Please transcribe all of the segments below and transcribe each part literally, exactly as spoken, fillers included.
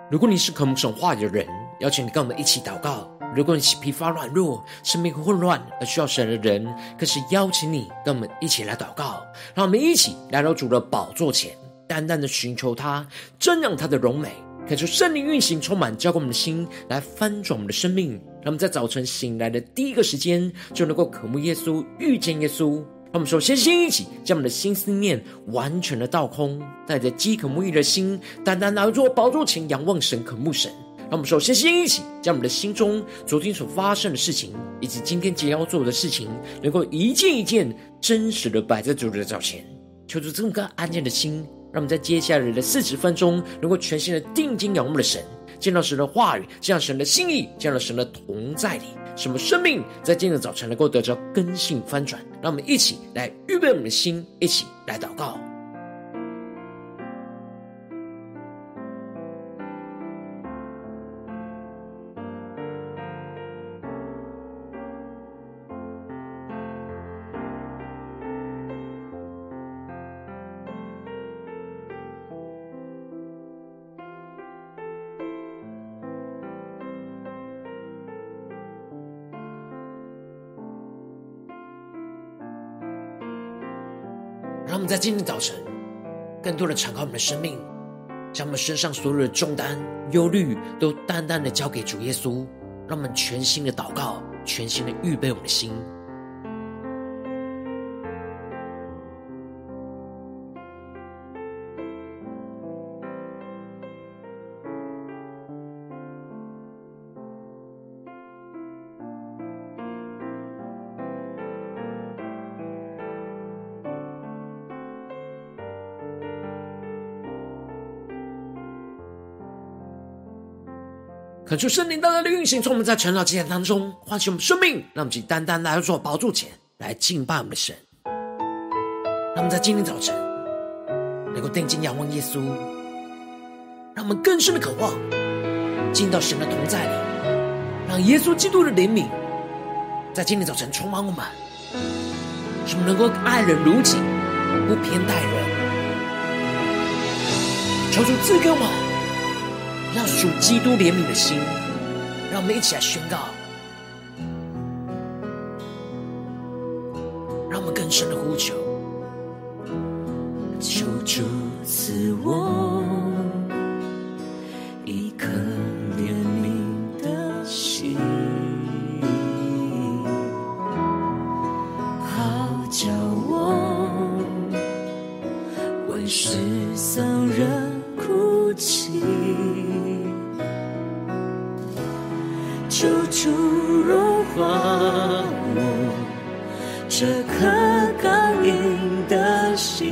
如果你是渴慕神话语的人，邀请你跟我们一起祷告。如果你是疲乏软弱、生命混乱而需要神的人，更是邀请你跟我们一起来祷告。让我们一起来到主的宝座前，单单的寻求他，瞻仰他的荣美，恳求圣灵运行充满浇灌我们的心，来翻转我们的生命。让我们在早晨醒来的第一个时间，就能够渴慕耶稣，遇见耶稣。让我们首先先一起将我们的心思念完全的倒空，带着饥渴沐浴的心，单单来做宝座前仰望神，渴慕神。让我们首先先一起将我们的心中昨天所发生的事情，以及今天即将要做的事情，能够一件一件真实的摆在主的脚前，求主这么个安静的心，让我们在接下来的四十分钟，能够全心的定睛仰望的神，见到神的话语，见到神的心意，见到神的同在里，什么生命在今天的早晨能够得着根性翻转。让我们一起来预备我们的心，一起来祷告。让我们在今天早晨更多的敞开我们的生命，将我们身上所有的重担、忧虑都单单的交给主耶稣。让我们全心的祷告，全心的预备我们的心。恳求圣灵大大的运行，从我们在晨祷祭坛当中唤醒我们生命，让我们单单来到主宝座前来敬拜我们的神。让我们在今天早晨能够定睛仰望耶稣，让我们更深的渴望进到神的同在里，让耶稣基督的怜悯在今天早晨充满我们，使我们能够爱人如己，不偏待人。求主赐给我们让属基督怜悯的心，让我们一起来宣告，让我们更深的呼求。 求主赐我一颗怜悯的心，好叫我为失丧人哭泣。求主融化我这颗刚硬的心，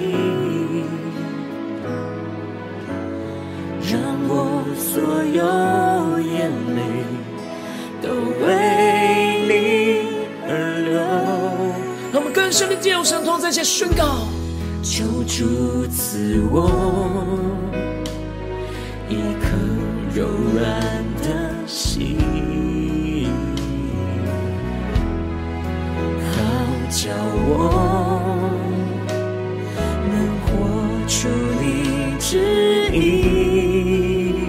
让我所有眼泪都为你而流。 让我们更深的进入神同在下宣告， 求主赐我一颗柔软的心，叫我能活出你旨意。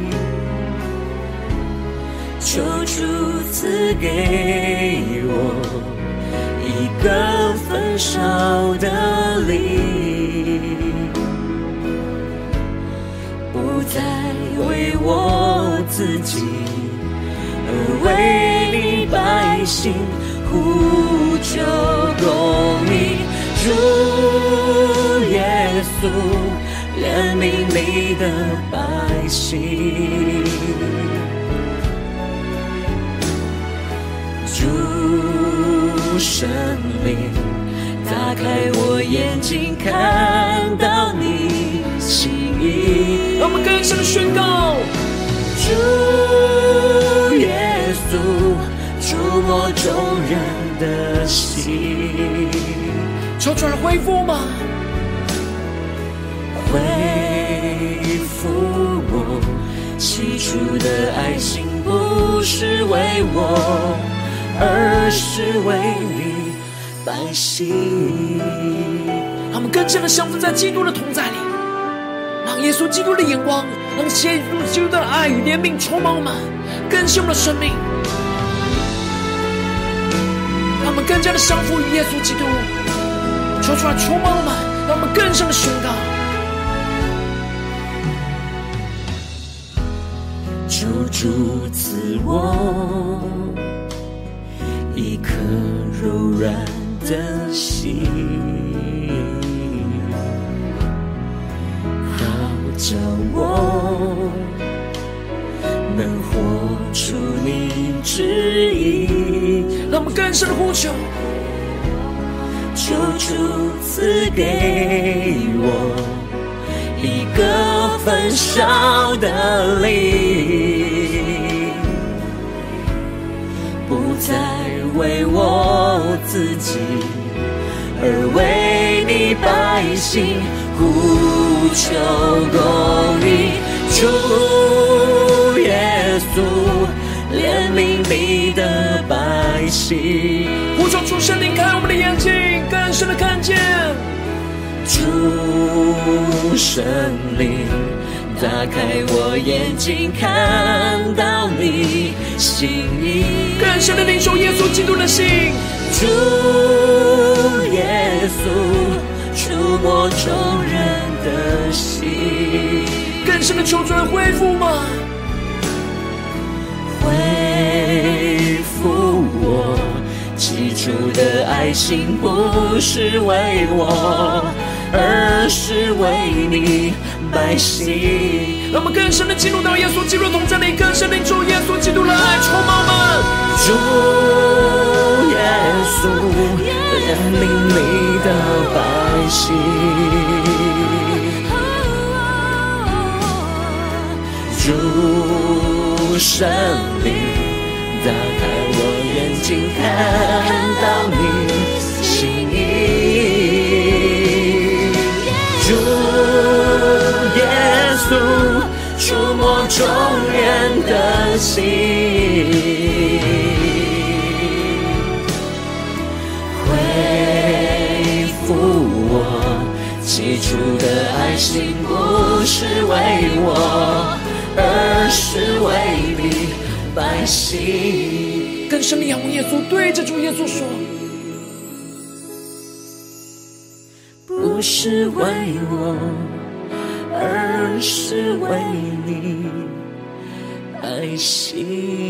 求主赐给我一个焚烧的灵，不再为我自己，而为你百姓呼求公义。主耶稣，怜悯你的百姓。主圣灵，打开我眼睛，看到你心意。 让我们更深的宣告， 主耶稣，触摸众人的心。 求主来恢复吗？ 恢复我起初的爱心，不是为我，而是为你百姓。 他们更深的降服在基督的同在里，让耶稣基督的眼光，让耶稣基督的爱与怜悯充满我们，更新我们的生命，让我们更加的降服于耶稣基督。求出来充满我们，让我们更深的宣告。 求主赐我一颗柔软的心，好叫我能活出你旨意。 让我们更深的呼求， 求主赐给我一个焚烧的灵，不再为我自己，而为你百姓呼求公义。主耶稣，怜悯你的百姓。 呼求主圣灵开我们的眼睛，更深的看见。 主圣灵，打开我眼睛，看到你心意， 更深的领受耶稣基督的心。 主耶稣，触摸众人的心， 更深的求主来恢复吗？ 恢复我起初的爱心，不是为我，而是为你百姓。 让我们更深的进入到耶稣基督的同在里，更深的领受耶稣基督的爱充满我们。 主耶稣，怜悯你的百姓。主圣灵，打开我眼睛，看到你心意。主耶稣，触摸众人的心，恢复我起初的爱心，不是为我，而是为你百姓。 更深的仰望耶稣，对着主耶稣说， 不是为我，而是为你百姓。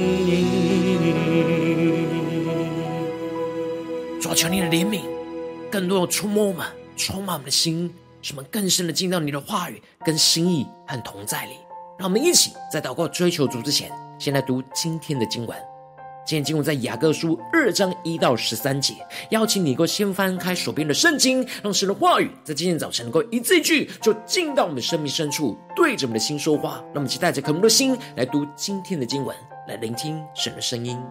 主啊，求你的怜悯更多的触摸我们，充满我们的心，使我们更深的进到你的话语跟心意和同在里。让我们一起在祷告追求主之前，先来读今天的经文。今天经文在雅各书二章一到十三节，邀请你能够先翻开手边的圣经，让神的话语在今天早晨能够一字一句就进到我们的生命深处，对着我们的心说话。让我们一起带着渴慕的心来读今天的经文，来聆听神的声音。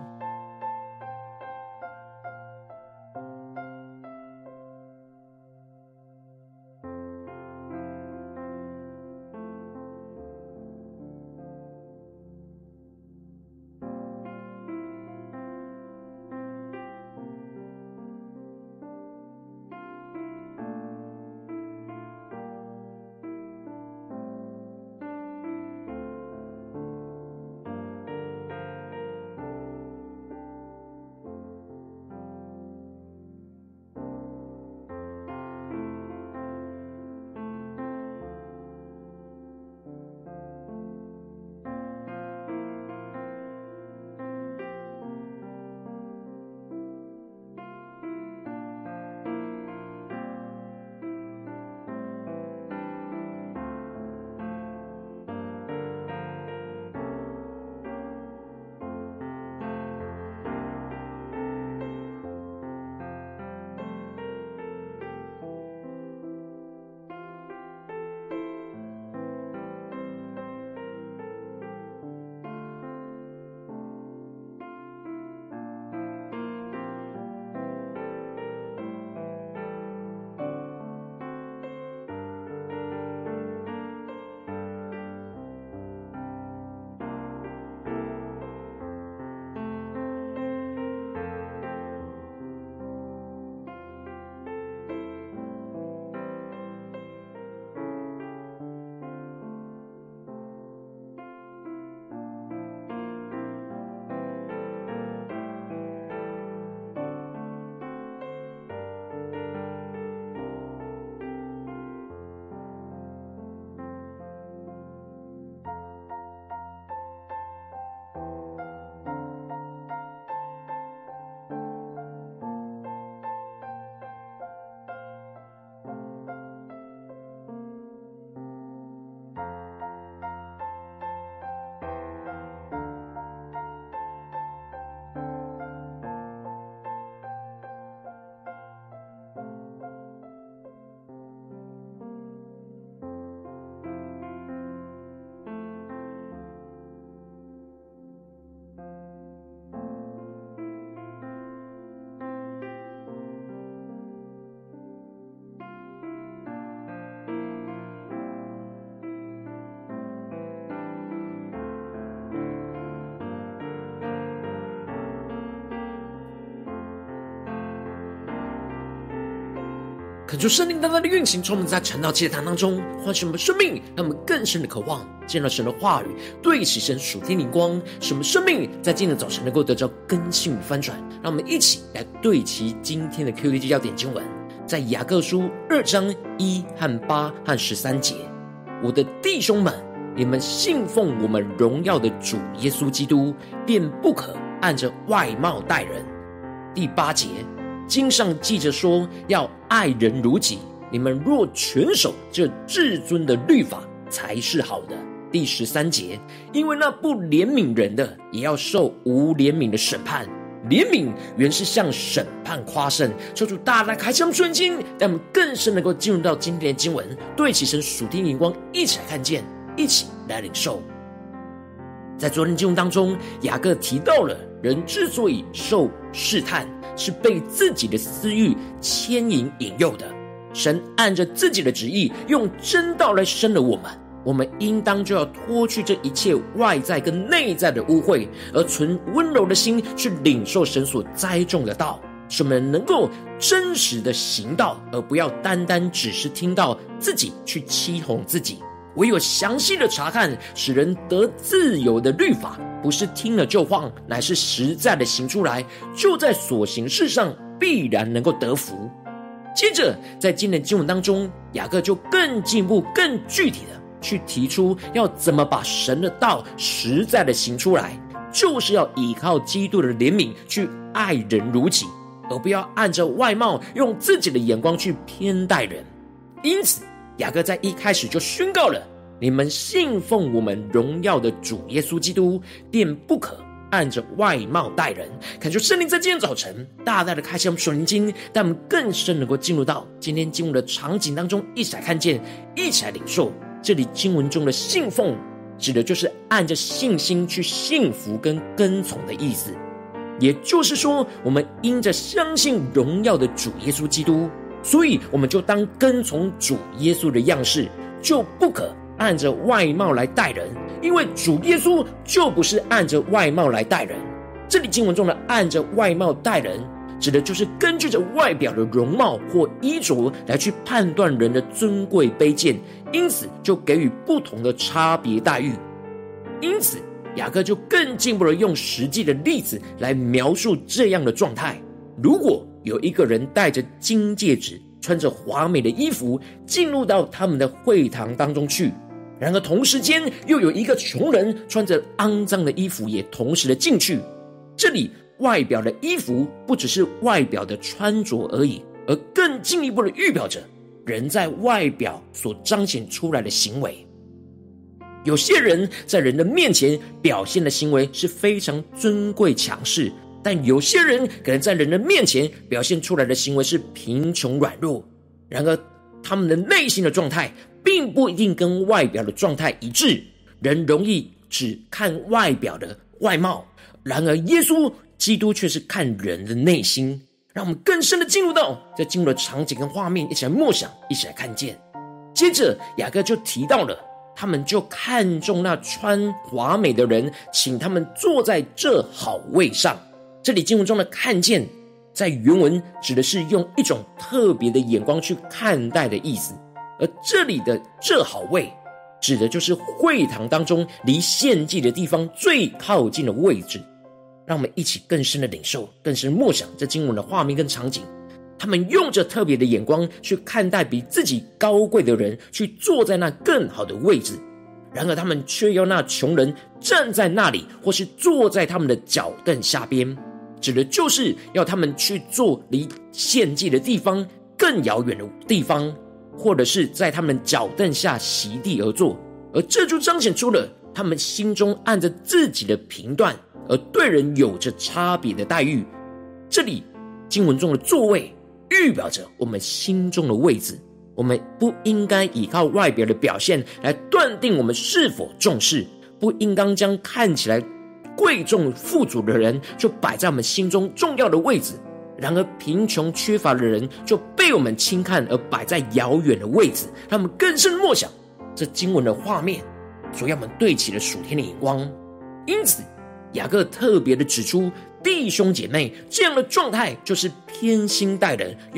恳求圣灵单单的运行，充满在晨祷祭坛当中，唤醒我们生命，让我们更深的渴望见到神的话语，对齐神属天灵光，使我们生命在今天的早晨能够得到更新与翻转。让我们一起来对齐今天的 Q T 要点经文，在雅各书二章一和八和十三节。我的弟兄们，你们信奉我们荣耀的主耶稣基督，便不可按着外貌待人。第八节，经上记着说，要爱人如己。你们若全守这至尊的律法，才是好的。第十三节，因为那不怜悯人的，也要受无怜悯的审判。怜悯原是向审判夸胜。求主大大开启我们顺心，让我们更深能够进入到今天的经文，对齐神属天灵光，一起来看见，一起来领受。在昨天经文当中，雅各提到了人之所以受试探，是被自己的私欲牵引引诱的。神按着自己的旨意，用真道来生了我们。我们应当就要脱去这一切外在跟内在的污秽，而存温柔的心去领受神所栽种的道，使我们能够真实的行道，而不要单单只是听到自己去欺哄自己。唯有详细的查看使人得自由的律法，不是听了就放，乃是实在的行出来，就在所行事上必然能够得福。接着在今天的经文当中，雅各就更进一步更具体的去提出要怎么把神的道实在的行出来，就是要依靠基督的怜悯去爱人如己，而不要按着外貌用自己的眼光去偏待人。因此雅各在一开始就宣告了，你们信奉我们荣耀的主耶稣基督，便不可按着外貌待人。恳求圣灵在今天早晨大大的开启我们属灵经，让我们更深能够进入到今天经文的场景当中，一起来看见，一起来领受。这里经文中的信奉指的就是按着信心去信服跟跟从的意思，也就是说我们因着相信荣耀的主耶稣基督，所以我们就当跟从主耶稣的样式，就不可按着外貌来待人，因为主耶稣就不是按着外貌来待人。这里经文中的按着外貌待人，指的就是根据着外表的容貌或衣着来去判断人的尊贵卑贱，因此就给予不同的差别待遇。因此雅各就更进一步的用实际的例子来描述这样的状态。如果有一个人戴着金戒指，穿着华美的衣服进入到他们的会堂当中去，然而同时间又有一个穷人穿着肮脏的衣服也同时的进去，这里外表的衣服不只是外表的穿着而已，而更进一步的预表着人在外表所彰显出来的行为。有些人在人的面前表现的行为是非常尊贵强势，但有些人可能在人的面前表现出来的行为是贫穷软弱，然而他们的内心的状态并不一定跟外表的状态一致。人容易只看外表的外貌，然而耶稣基督却是看人的内心。让我们更深的进入到在进入的场景跟画面，一起来默想，一起来看见。接着雅各就提到了，他们就看中那穿华美的人，请他们坐在这好位上。这里经文中的看见，在原文指的是用一种特别的眼光去看待的意思，而这里的这好位指的就是会堂当中离献祭的地方最靠近的位置。让我们一起更深的领受，更深默想这经文的画面跟场景。他们用着特别的眼光去看待比自己高贵的人，去坐在那更好的位置，然而他们却要那穷人站在那里，或是坐在他们的脚凳下边，指的就是要他们去坐离献祭的地方更遥远的地方，或者是在他们脚凳下席地而坐。而这就彰显出了他们心中按着自己的评断，而对人有着差别的待遇。这里经文中的座位预表着我们心中的位置，我们不应该依靠外表的表现来断定我们是否重视，不应当将看起来贵重富足的人就摆在我们心中重要的位置，然而贫穷缺乏的人就被我们轻看而摆在遥远的位置。让我们更深默想这经文的画面，所要我们对齐了属天的眼光。因此雅各特别的指出，弟兄姐妹这样的状态就是偏心待人，用恶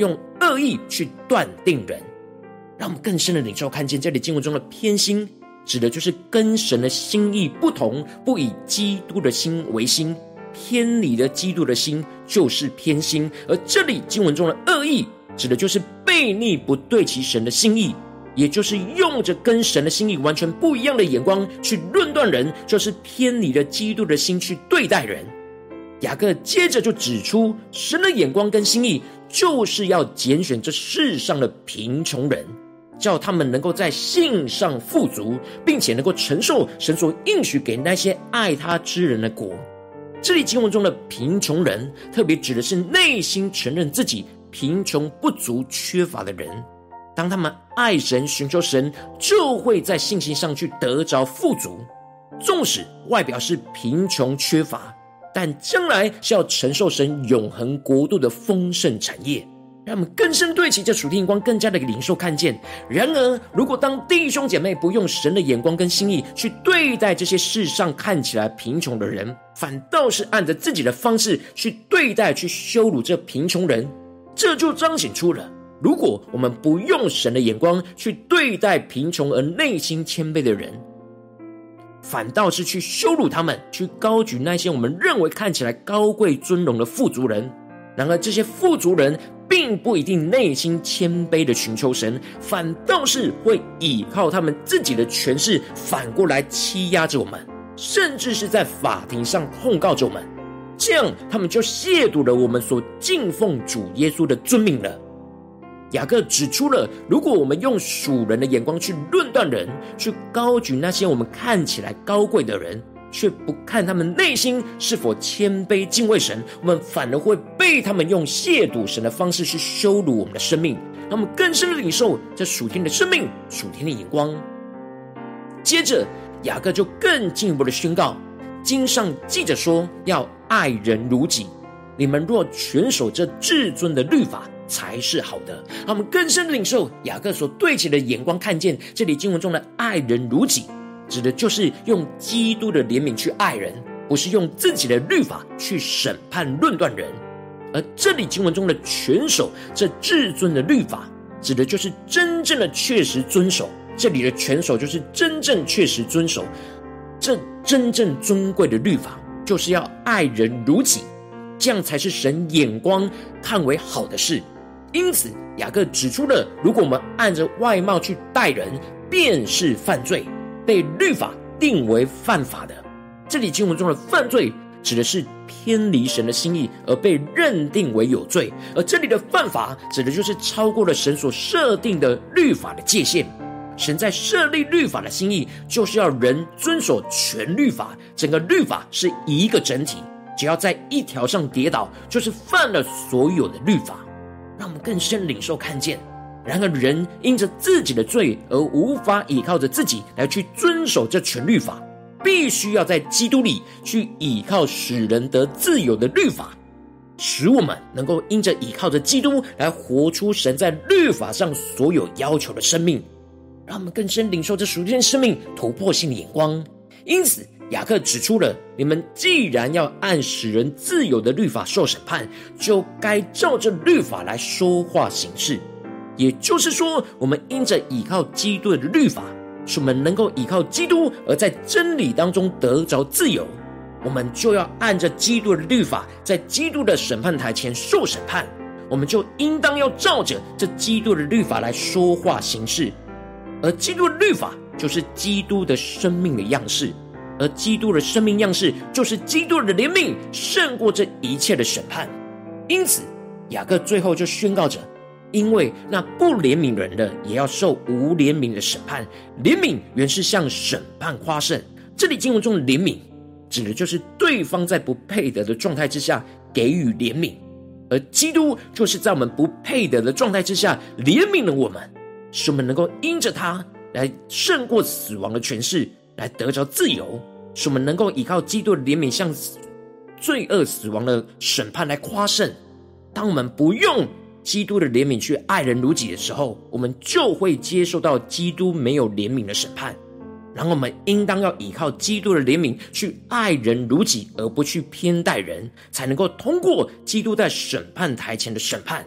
恶意去断定人。让我们更深的领受看见这里经文中的偏心，指的就是跟神的心意不同，不以基督的心为心，偏离了基督的心就是偏心。而这里经文中的恶意，指的就是悖逆不对其神的心意，也就是用着跟神的心意完全不一样的眼光去论断人，就是偏离了基督的心去对待人。雅各接着就指出，神的眼光跟心意就是要拣选这世上的贫穷人，叫他们能够在信上富足，并且能够承受神所应许给那些爱他之人的国。这里经文中的贫穷人，特别指的是内心承认自己贫穷不足缺乏的人。当他们爱神寻求神，就会在信心上去得着富足，纵使外表是贫穷缺乏，但将来是要承受神永恒国度的丰盛产业。让我们更深对齐这属天眼光，更加的领受看见。然而如果当弟兄姐妹不用神的眼光跟心意去对待这些世上看起来贫穷的人，反倒是按着自己的方式去对待，去羞辱这贫穷人，这就彰显出了，如果我们不用神的眼光去对待贫穷而内心谦卑的人，反倒是去羞辱他们，去高举那些我们认为看起来高贵尊荣的富足人。然而这些富足人并不一定内心谦卑的寻求神，反倒是会倚靠他们自己的权势，反过来欺压着我们，甚至是在法庭上控告着我们。这样他们就亵渎了我们所敬奉主耶稣的尊名了。雅各指出了，如果我们用属人的眼光去论断人，去高举那些我们看起来高贵的人，却不看他们内心是否谦卑敬畏神，我们反而会被他们用亵渎神的方式去羞辱我们的生命，让我们更深的领受这属天的生命、属天的眼光。接着雅各就更进一步的宣告，经上记着说，要爱人如己，你们若全守这至尊的律法，才是好的。让我们更深的领受雅各所对齐的眼光，看见这里经文中的爱人如己，指的就是用基督的怜悯去爱人，不是用自己的律法去审判论断人。而这里经文中的全守这至尊的律法，指的就是真正的确实遵守。这里的全守就是真正确实遵守这真正尊贵的律法，就是要爱人如己，这样才是神眼光看为好的事。因此雅各指出了，如果我们按着外貌去待人，便是犯罪，被律法定为犯法的。这里经文中的犯罪指的是偏离神的心意而被认定为有罪，而这里的犯法指的就是超过了神所设定的律法的界限。神在设立律法的心意，就是要人遵守全律法，整个律法是一个整体，只要在一条上跌倒，就是犯了所有的律法。让我们更深领受看见，然而人因着自己的罪而无法依靠着自己来去遵守这全律法，必须要在基督里去依靠使人得自由的律法，使我们能够因着依靠着基督来活出神在律法上所有要求的生命。让我们更深领受这属天生命突破性的眼光。因此雅各指出了，你们既然要按使人自由的律法受审判，就该照着律法来说话行事。也就是说，我们因着依靠基督的律法，使我们能够依靠基督而在真理当中得着自由，我们就要按着基督的律法，在基督的审判台前受审判。我们就应当要照着这基督的律法来说话行事。而基督的律法就是基督的生命的样式，而基督的生命样式就是基督的怜悯胜过这一切的审判。因此雅各最后就宣告着，因为那不怜悯人的也要受无怜悯的审判。怜悯原是向审判夸胜，这里经文中的怜悯指的就是对方在不配得的状态之下给予怜悯，而基督就是在我们不配得的状态之下怜悯了我们，使我们能够因着他来胜过死亡的权势，来得着自由，使我们能够依靠基督的怜悯向罪恶死亡的审判来夸胜。当我们不用基督的怜悯去爱人如己的时候，我们就会接受到基督没有怜悯的审判。然后我们应当要依靠基督的怜悯去爱人如己，而不去偏待人，才能够通过基督在审判台前的审判。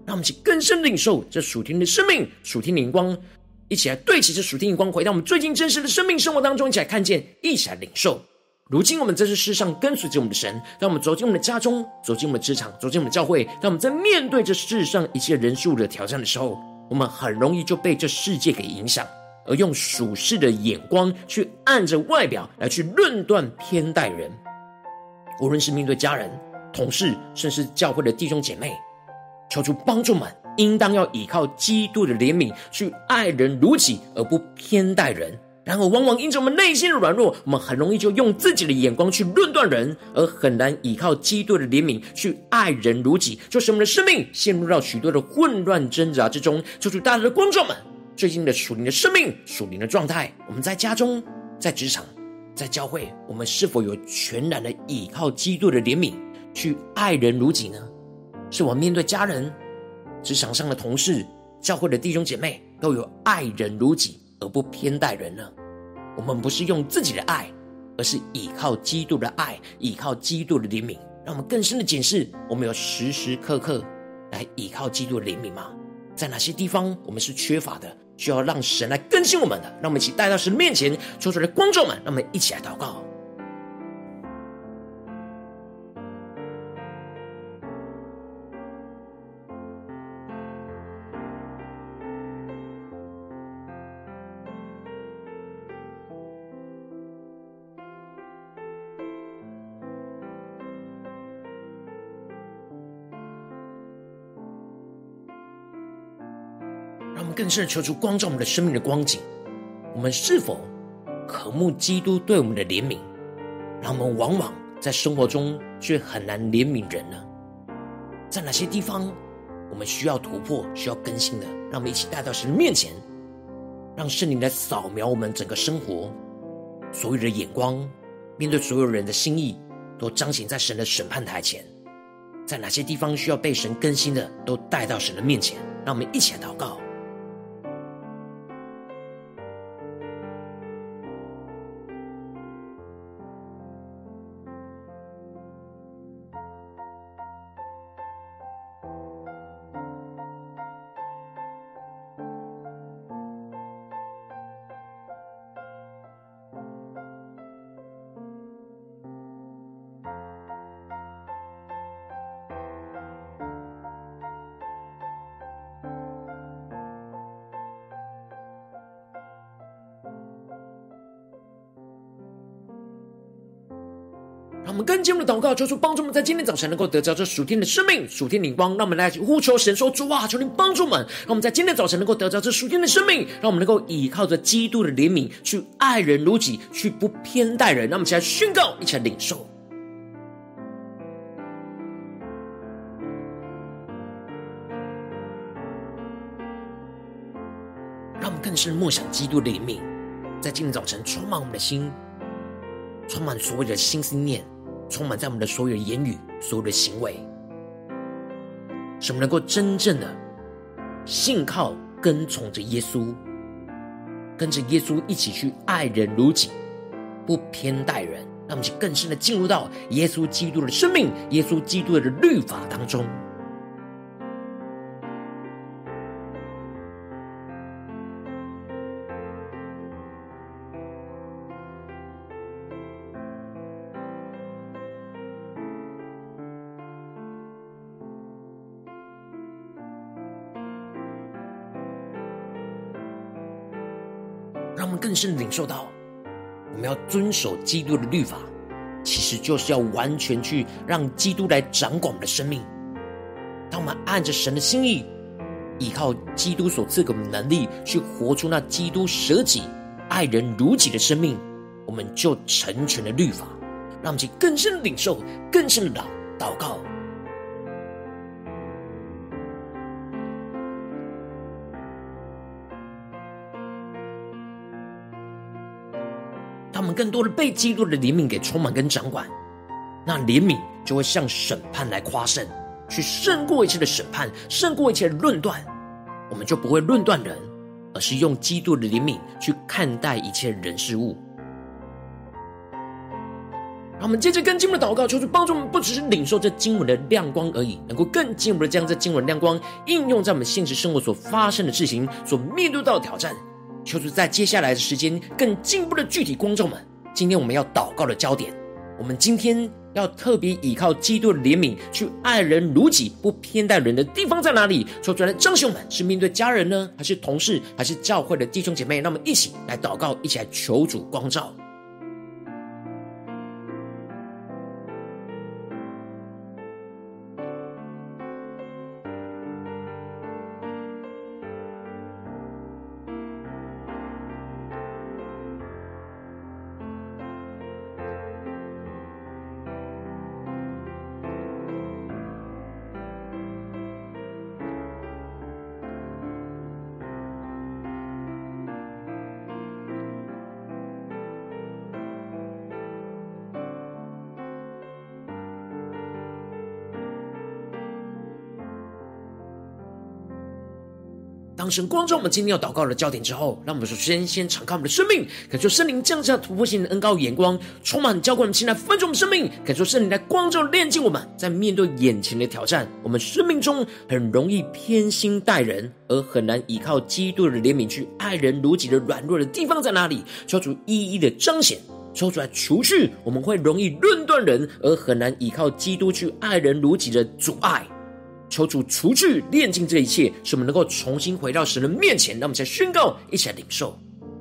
让我们一起更深领受这属天的生命、属天的灵光，一起来对齐这属天灵光，回到我们最近真实的生命生活当中，一起来看见，一起来领受。如今我们在这世上跟随着我们的神，让我们走进我们的家中，走进我们的职场，走进我们的教会，让我们在面对这世上一切人数的挑战的时候，我们很容易就被这世界给影响，而用属世的眼光去按着外表来去论断偏待人。无论是面对家人、同事，甚至教会的弟兄姐妹，求主帮助们应当要依靠基督的怜悯去爱人如己，而不偏待人。然而往往因着我们内心的软弱，我们很容易就用自己的眼光去论断人，而很难依靠基督的怜悯去爱人如己，就使我们的生命陷入到许多的混乱挣扎之中。求主大家的观众们，最近的属灵的生命、属灵的状态，我们在家中、在职场、在教会，我们是否有全然的依靠基督的怜悯去爱人如己呢？是我面对家人、职场上的同事、教会的弟兄姐妹，都有爱人如己而不偏待人呢？我们不是用自己的爱，而是依靠基督的爱，依靠基督的怜悯，让我们更深的检视，我们有时时刻刻来依靠基督的怜悯吗？在哪些地方我们是缺乏的，需要让神来更新我们的？让我们一起带到神面前，求主的光照们，让我们一起来祷告。让我们更深的求主光照我们的生命的光景，我们是否渴慕基督对我们的怜悯，让我们往往在生活中却很难怜悯人呢？在哪些地方我们需要突破、需要更新的？让我们一起带到神的面前，让圣灵来扫描我们整个生活，所有的眼光，面对所有人的心意，都彰显在神的审判台前。在哪些地方需要被神更新的，都带到神的面前，让我们一起来祷告。让我们更进一步的祷告，求主帮助我们在今天早晨能够得着这属天的生命、属天灵光。让我们来呼求神说：主啊，求你帮助我们，让我们在今天早晨能够得着这属天的生命，让我们能够依靠着基督的怜悯去爱人如己，去不偏待人。让我们一起来宣告，一起来领受。让我们更深默想基督的怜悯，在今天早晨充满我们的心，充满所有的心思念，充满在我们的所有的言语、所有的行为，使我们能够真正的信靠跟从着耶稣，跟着耶稣一起去爱人如己，不偏待人。让我们更深的进入到耶稣基督的生命、耶稣基督的律法当中。让我们更深领受到，我们要遵守基督的律法，其实就是要完全去让基督来掌管我们的生命。当我们按着神的心意，依靠基督所赐给我们的能力，去活出那基督舍己、爱人如己的生命，我们就成全了律法。让我们去更深的领受，更深的祷告。他们更多的被基督的怜悯给充满跟掌管，那怜悯就会向审判来夸胜，去胜过一切的审判，胜过一切的论断。我们就不会论断人，而是用基督的怜悯去看待一切人事物。让让我们接着更进一步的祷告，求主帮助我们，不只是领受这经文的亮光而已，能够更进一步的将这经文亮光应用在我们现实生活所发生的事情，所面对到的挑战。求主在接下来的时间更进一步的具体光照们。今天我们要祷告的焦点，我们今天要特别依靠基督的怜悯去爱人如己，不偏待人的地方在哪里？求主来彰显我们，是面对家人呢，还是同事，还是教会的弟兄姐妹？让我们一起来祷告，一起来求主光照。当神光照我们今天要祷告的焦点之后，让我们首先先敞开我们的生命，感受圣灵降下突破性的恩膏眼光，充满浇灌我们心来分盛我们生命，感受圣灵来光照炼净我们。在面对眼前的挑战，我们生命中很容易偏心待人，而很难依靠基督的怜悯去爱人如己的软弱的地方在哪里？求主一一的彰显，求主来除去我们会容易论断人，而很难依靠基督去爱人如己的阻碍。求主除去炼净这一切，使我们能够重新回到神的面前。让我们再宣告，一起来领受。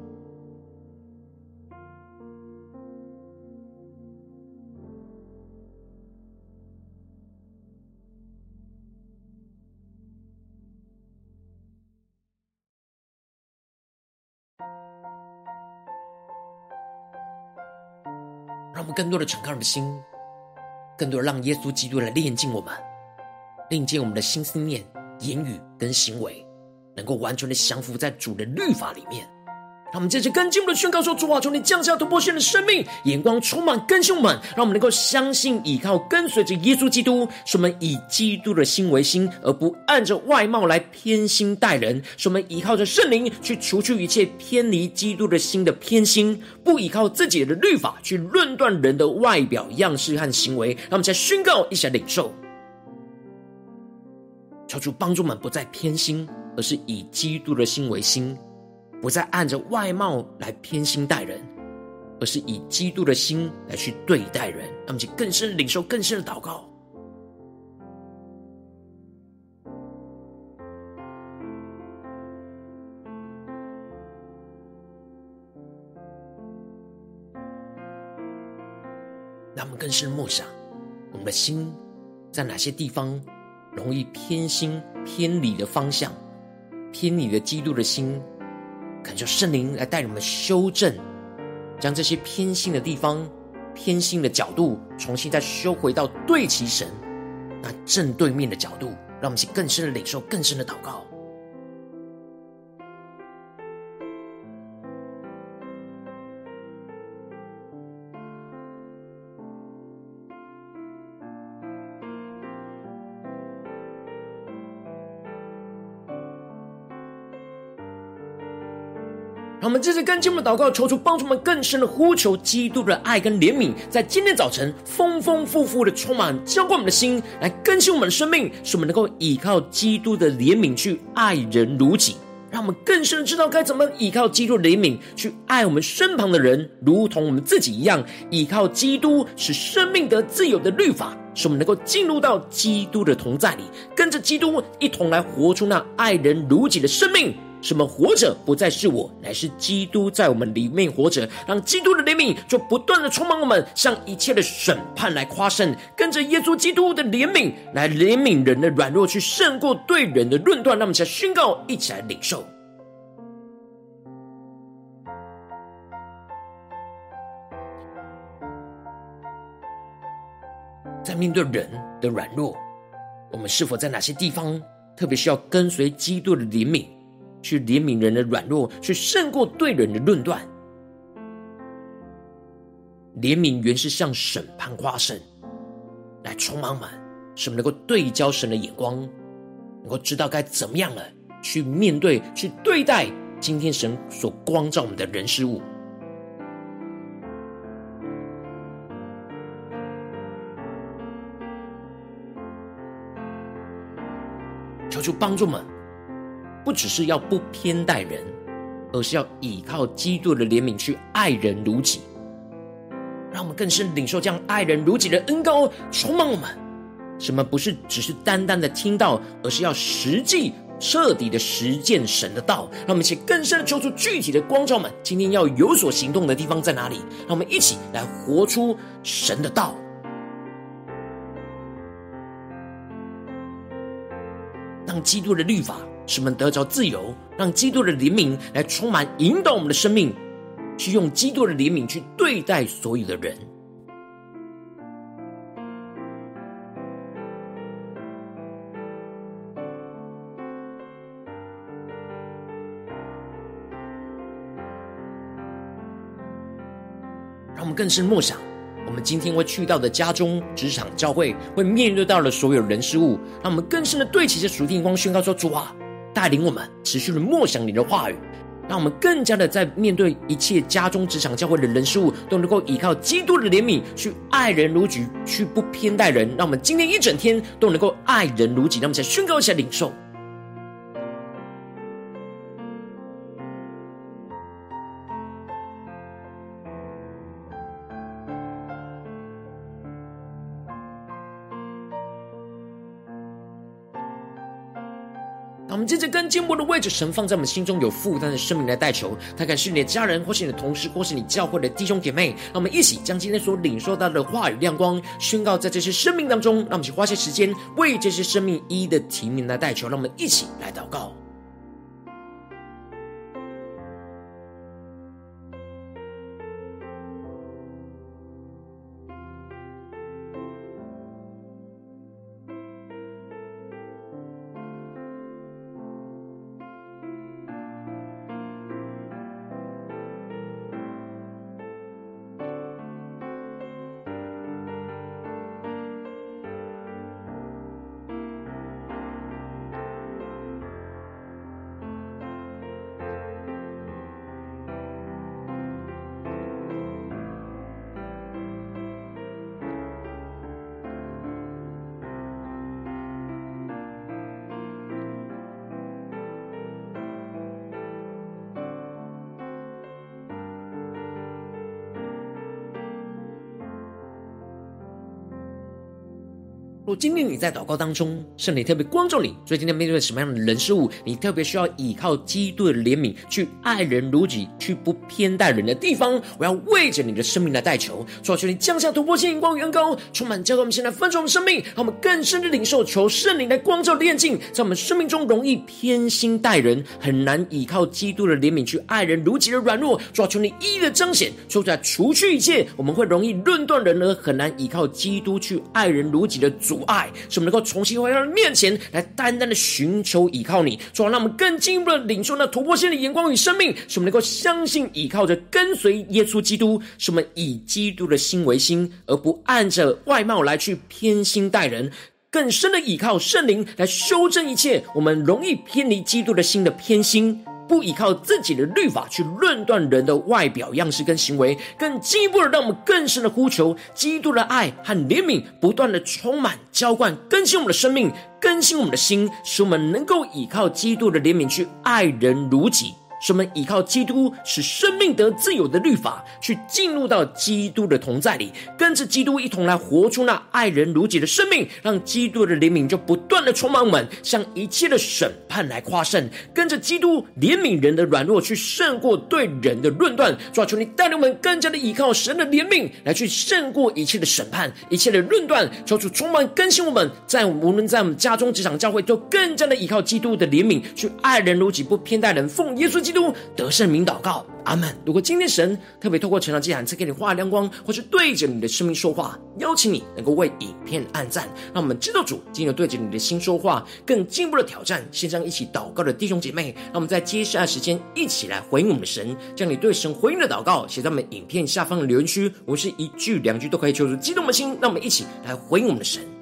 让我们更多的敞开我们的心，更多的让耶稣基督来炼净我们，令见我们的心思念、言语跟行为能够完全的降服在主的律法里面。让我们接着更进一步的宣告说，主啊，求你降下突破性的生命眼光，充满更新我们，让我们能够相信依靠跟随着耶稣基督，使我们以基督的心为心，而不按着外貌来偏心待人，使我们依靠着圣灵去除去一切偏离基督的心的偏心，不依靠自己的律法去论断人的外表样式和行为。让我们再宣告，一起来领受。求主帮助我们不再偏心，而是以基督的心为心，不再按着外貌来偏心待人，而是以基督的心来去对待人。让我们去更深的领受，更深的祷告。让我们更深的默想，我们的心在哪些地方容易偏心、偏离的方向，偏离了基督的心，恳求圣灵来带我们修正，将这些偏心的地方、偏心的角度重新再修回到对齐神那正对面的角度。让我们去更深的领受，更深的祷告。让我们接着跟进我们的祷告，求主帮助我们更深的呼求基督的爱跟怜悯，在今天早晨丰丰富富的充满浇灌我们的心，来更新我们的生命，使我们能够依靠基督的怜悯去爱人如己。让我们更深的知道该怎么依靠基督的怜悯去爱我们身旁的人，如同我们自己一样，依靠基督使生命得自由的律法，使我们能够进入到基督的同在里，跟着基督一同来活出那爱人如己的生命。使我们活着不再是我，乃是基督在我们里面活着，让基督的怜悯就不断的充满我们，向一切的审判来夸胜，跟着耶稣基督的怜悯来怜悯人的软弱，去胜过对人的论断。让我们一起来宣告，一起来领受。在面对人的软弱，我们是否在哪些地方特别需要跟随基督的怜悯，去怜悯人的软弱，去胜过对人的论断？怜悯原是向审判夸胜，来充满我们，使我们能够对焦神的眼光，能够知道该怎么样了去面对，去对待今天神所光照我们的人事物。 主帮助我们，不只是要不偏待人，而是要倚靠基督的怜悯去爱人如己。让我们更深领受这样爱人如己的恩膏充满我们。什么不是只是单单的听到，而是要实际彻底的实践神的道。让我们一起更深的求出具体的光照们，今天要有所行动的地方在哪里？让我们一起来活出神的道，让基督的律法使我们得着自由，让基督的怜悯来充满引导我们的生命，去用基督的怜悯去对待所有的人。让我们更深默想，我们今天会去到的家中、职场、教会，会面对到的所有人事物，让我们更深的对齐这属天光，宣告说：主啊，带领我们持续的默想你的话语，让我们更加的在面对一切家中、职场、教会的人事物，都能够依靠基督的怜悯，去爱人如己，去不偏待人。让我们今天一整天都能够爱人如己。让我们再宣告一下领受。我们接着跟坚固的位置，神放在我们心中有负担的生命来代求，他可能是你的家人，或是你的同事，或是你教会的弟兄姐妹。让我们一起将今天所领受到的话语亮光宣告在这些生命当中。让我们一起花些时间为这些生命一一的提名来代求。让我们一起来祷告。若今天你在祷告当中，圣灵特别光照你，所以今天面对什么样的人事物，你特别需要依靠基督的怜悯，去爱人如己，去不偏待人的地方，我要为着你的生命来代求。主啊，求你降下突破性眼光与恩膏，充满教导我们现在分盛我们生命，让我们更深的领受，求圣灵来光照炼净，在我们生命中容易偏心待人，很难依靠基督的怜悯去爱人如己的软弱。主啊，求你一一的彰显，求主来除去一切我们会容易论断人而很难依靠基督去爱人如己的阻碍，使我们能够重新回到面前来单单的寻求依靠你。主啊，让我们更进一步的领受那突破性的眼光与生命，使我们能够相信依靠着跟随耶稣基督，使我们以基督的心为心，而不按着外貌来去偏心待人，更深的依靠圣灵来修正一切我们容易偏离基督的心的偏心，不依靠自己的律法去论断人的外表样式跟行为，更进一步的让我们更深的呼求基督的爱和怜悯不断的充满浇灌更新我们的生命，更新我们的心，使我们能够依靠基督的怜悯去爱人如己，使我们依靠基督使生命得自由的律法，去进入到基督的同在里，跟着基督一同来活出那爱人如己的生命，让基督的怜悯就不断的充满我们，向一切的审判来夸胜，跟着基督怜悯人的软弱，去胜过对人的论断。主啊，求你带领我们更加的依靠神的怜悯，来去胜过一切的审判，一切的论断。求主充满更新我们，在无论在我们家中职场教会，都更加的依靠基督的怜悯，去爱人如己，不偏待人，奉耶稣基督基督得胜名祷告，阿们。如果今天神特别透过成长祭坛赐给你话亮光，或是对着你的生命说话，邀请你能够为影片按赞，让我们知道主今天对着你的心说话，更进一步的挑战线上一起祷告的弟兄姐妹，让我们在接下来时间一起来回应我们的神，将你对神回应的祷告写在我们影片下方的留言区，我们是一句两句都可以求助激动的心，让我们一起来回应我们的神。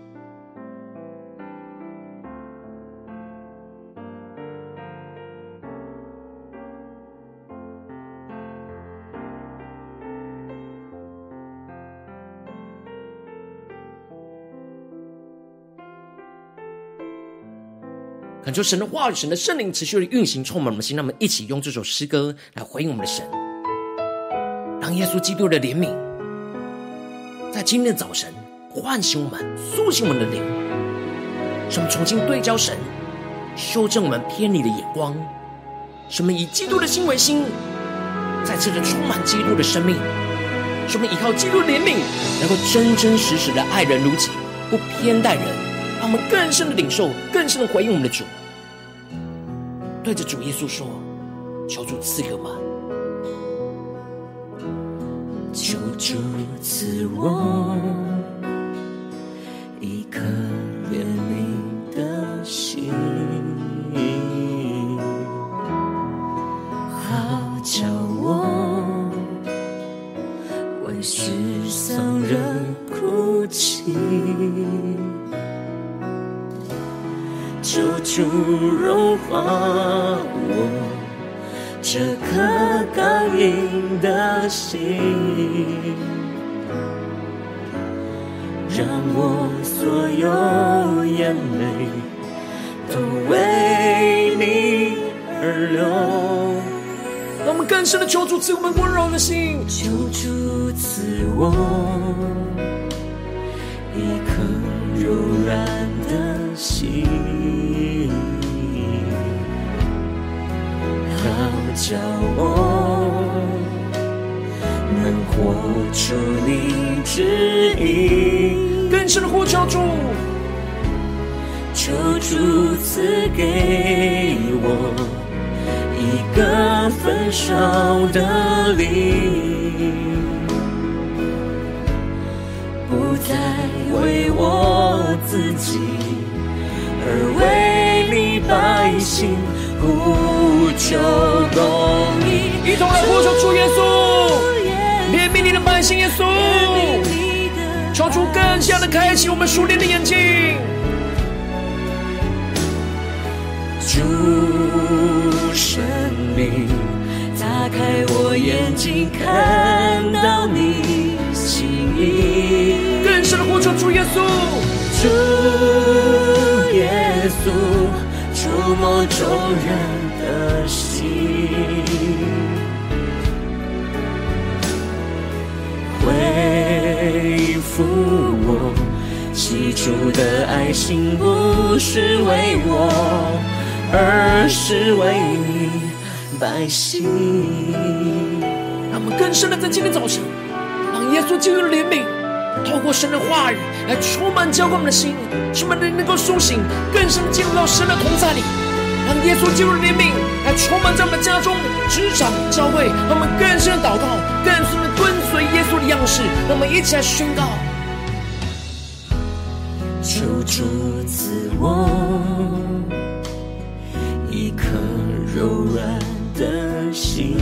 恳求神的话语、神的圣灵持续的运行，充满我们的心。让我们一起用这首诗歌来回应我们的神，让耶稣基督的怜悯在今天的早晨唤醒我们，苏醒我们的灵，使我们重新对焦神，修正我们偏离的眼光，使我们以基督的心为心，再次的充满基督的生命，使我们依靠基督的怜悯，能够真真实实的爱人如己，不偏待人，让我们更深的领受，更深的回应我们的主。对着主耶稣说，求主赐给我们， 求主赐我一颗怜悯的心，好叫我为世上人哭泣。求主融化我这颗刚硬的心，让我所有眼泪都为你而流。 让我们更深的求主赐我们温柔的心， 求主赐我一颗柔软的心，好叫我能活出你旨意。 更深的呼求主， 求主赐给我一个焚烧的灵，不再为我自己，而为你百姓呼求公义。 一同来呼求主耶稣，怜悯你的百姓耶稣，求主更加的开启我们属灵的眼睛。 主圣灵，打开我眼睛，看到你心意。 更深的呼求主耶稣， 主耶稣，触摸众人的心，恢复我起初的爱心，不是为我，而是为你百姓。 让我们更深的在今天早晨，让耶稣基督的怜悯透过神的话语来充满浇灌我们的心，使我们能够苏醒，更深的进入到神的同在里，让耶稣基督的怜悯来充满在我们的家中、职场、教会，让我们更深的祷告，更深的跟随耶稣的样式。让我们一起来宣告， 求主赐我一颗柔软的心，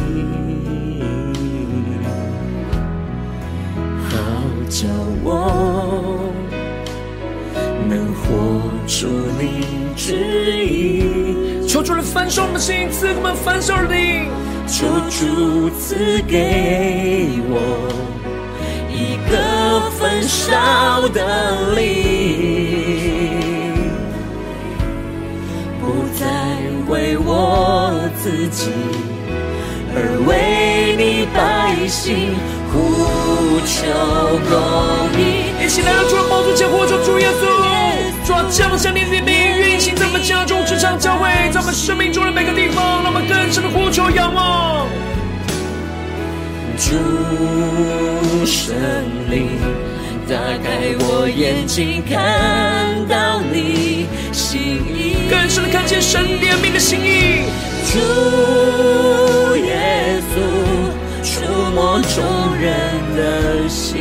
好叫我能活出你旨意。 求主来焚烧我们的心，赐给我们焚烧的灵。 求主赐给我一个焚烧的灵，不再为我自己，而为你百姓呼求公义。 一起来到主的宝座前呼求主耶稣，主啊，降下你的怜悯，运行在我们家中、职场、教会，在我们生命中的每个地方，让我们更深的呼求仰望。 主圣灵，打开我眼睛，看到你心意， 更深的看见神怜悯的心意。 主耶稣，触摸众人的心，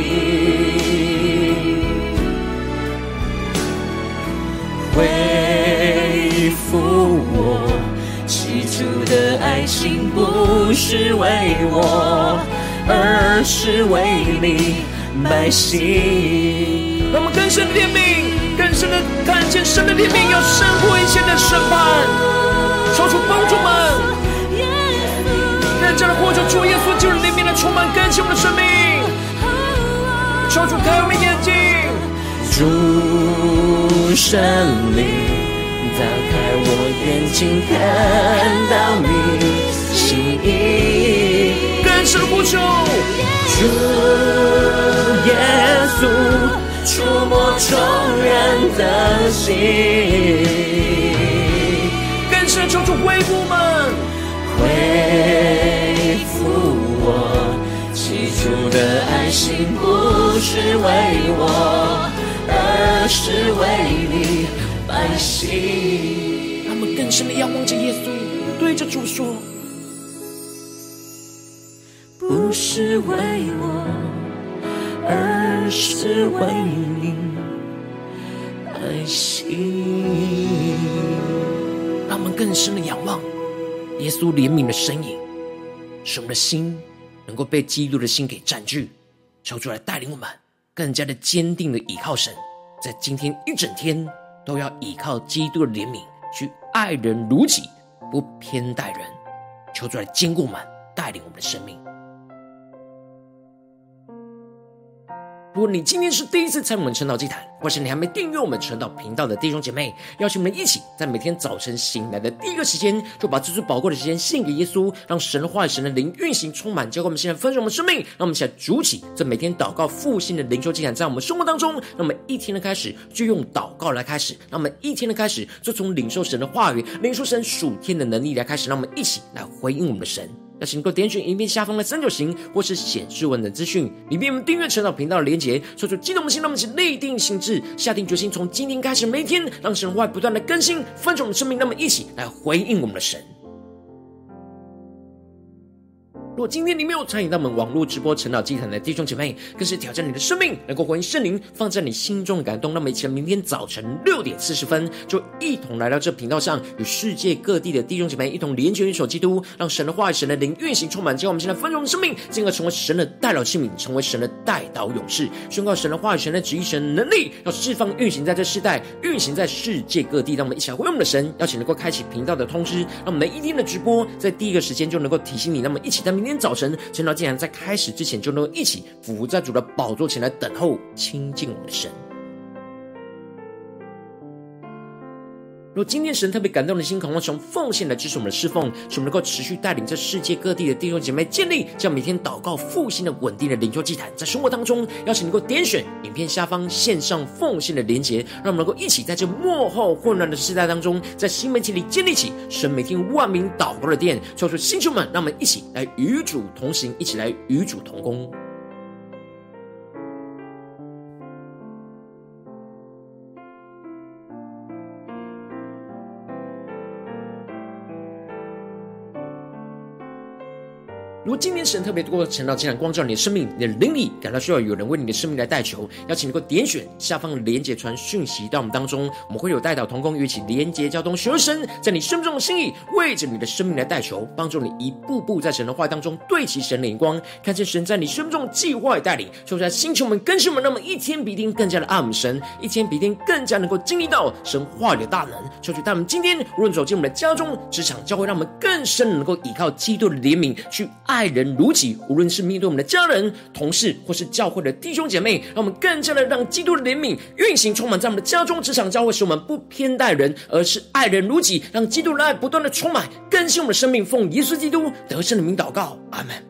恢复我起初的爱心，不是为我，而是为你百姓。 让我们更深的怜悯，更深的看见神的怜悯要胜过一切的审判，求主帮助们更加的呼求主耶稣基督的怜悯来充满更新我们的生命。求主开我们的眼睛， 主圣灵， 打开我眼睛，看到你心意。 更深呼求， 主耶稣，触摸众人的心， 更深求主恢复我们， 恢复我起初的爱心，不是为我，而是为你百姓。 让我们更深的仰望着耶稣，对着主说， 不是为我，而是为你百姓。 让我们更深的仰望耶稣怜悯的身影，使我们的心能够被基督的心给占据。求主来带领我们更加的坚定的倚靠神，在今天一整天都要倚靠基督的怜悯，去爱人如己，不偏待人。求主来坚固我们，带领我们的生命。如果你今天是第一次参与我们晨祷祭坛，或是你还没订阅我们晨祷频道的弟兄姐妹，邀请我们一起在每天早晨醒来的第一个时间，就把这最宝贵的时间献给耶稣，让神的话语、神的灵运行充满，教灌我们现在分盛我们生命。让我们一起来主起这每天祷告复兴的灵修祭坛，在我们生活当中，让我们一天的开始就用祷告来开始，让我们一天的开始就从领受神的话语、领受神属天的能力来开始，让我们一起来回应我们的神。要请能够点选影片下方的三角形，或是显示文的资讯，里面我们订阅晨祷频道的连结，说出激动的心，让我们一起立定心志，下定决心，从今天开始，每一天让神的话不断的更新，翻转我们生命，让我们一起来回应我们的神。如果今天你没有参与到我们网络直播晨祷祭坛的弟兄姐妹，更是挑战你的生命，能够回应圣灵放在你心中的感动。那么一起来，明天早晨六点四十分，就一同来到这频道上，与世界各地的弟兄姐妹一同连接元首基督，让神的话语、神的灵运行充满，叫我们现在分盛的生命，进而成为神的代祷器皿，成为神的代祷勇士，宣告神的话语、神的旨意、神的能力，要释放运行在这世代，运行在世界各地。让我们一起来回应我们的神，邀请能够开启频道的通知，让我们每一天的直播在第一个时间就能够提醒你。那么一起在明天今天早晨晨祷祭坛在开始之前，就能够一起俯伏在主的宝座前来等候亲近我们的神。若今天神特别感动的心，渴望从奉献来支持我们的侍奉，使我们能够持续带领这世界各地的弟兄姐妹建立这样每天祷告复兴的稳定的灵修祭坛。在生活当中，邀请能够点选影片下方线上奉献的连结，让我们能够一起在这末后混乱的时代当中，在新媒体里建立起神每天万名祷告的殿。求主星球们，让我们一起来与主同行，一起来与主同工。如果今天神特别透过晨祷祭坛光照你的生命，你的灵里感到需要有人为你的生命来代求，邀请你能够点选下方的连结传讯息到我们当中，我们会有代祷同工与一起连结交通，寻求神在你生命中的心意，为着你的生命来代求，帮助你一步步在神的话语当中对齐神的眼光，看见神在你生命中的计划与带领。求在星球们更新我们，让我们一天比一天更加的爱我们神，一天比一天更加能够经历到神话语的大能。求主带我们今天无论走进我们的家中、职场、教会，让我们更深能够依靠基督的怜悯去爱人如己。无论是面对我们的家人、同事，或是教会的弟兄姐妹，让我们更加的让基督的怜悯运行充满在我们的家中、职场、教会，使我们不偏待人，而是爱人如己，让基督的爱不断的充满更新我们的生命。奉耶稣基督得胜的名祷告，阿们。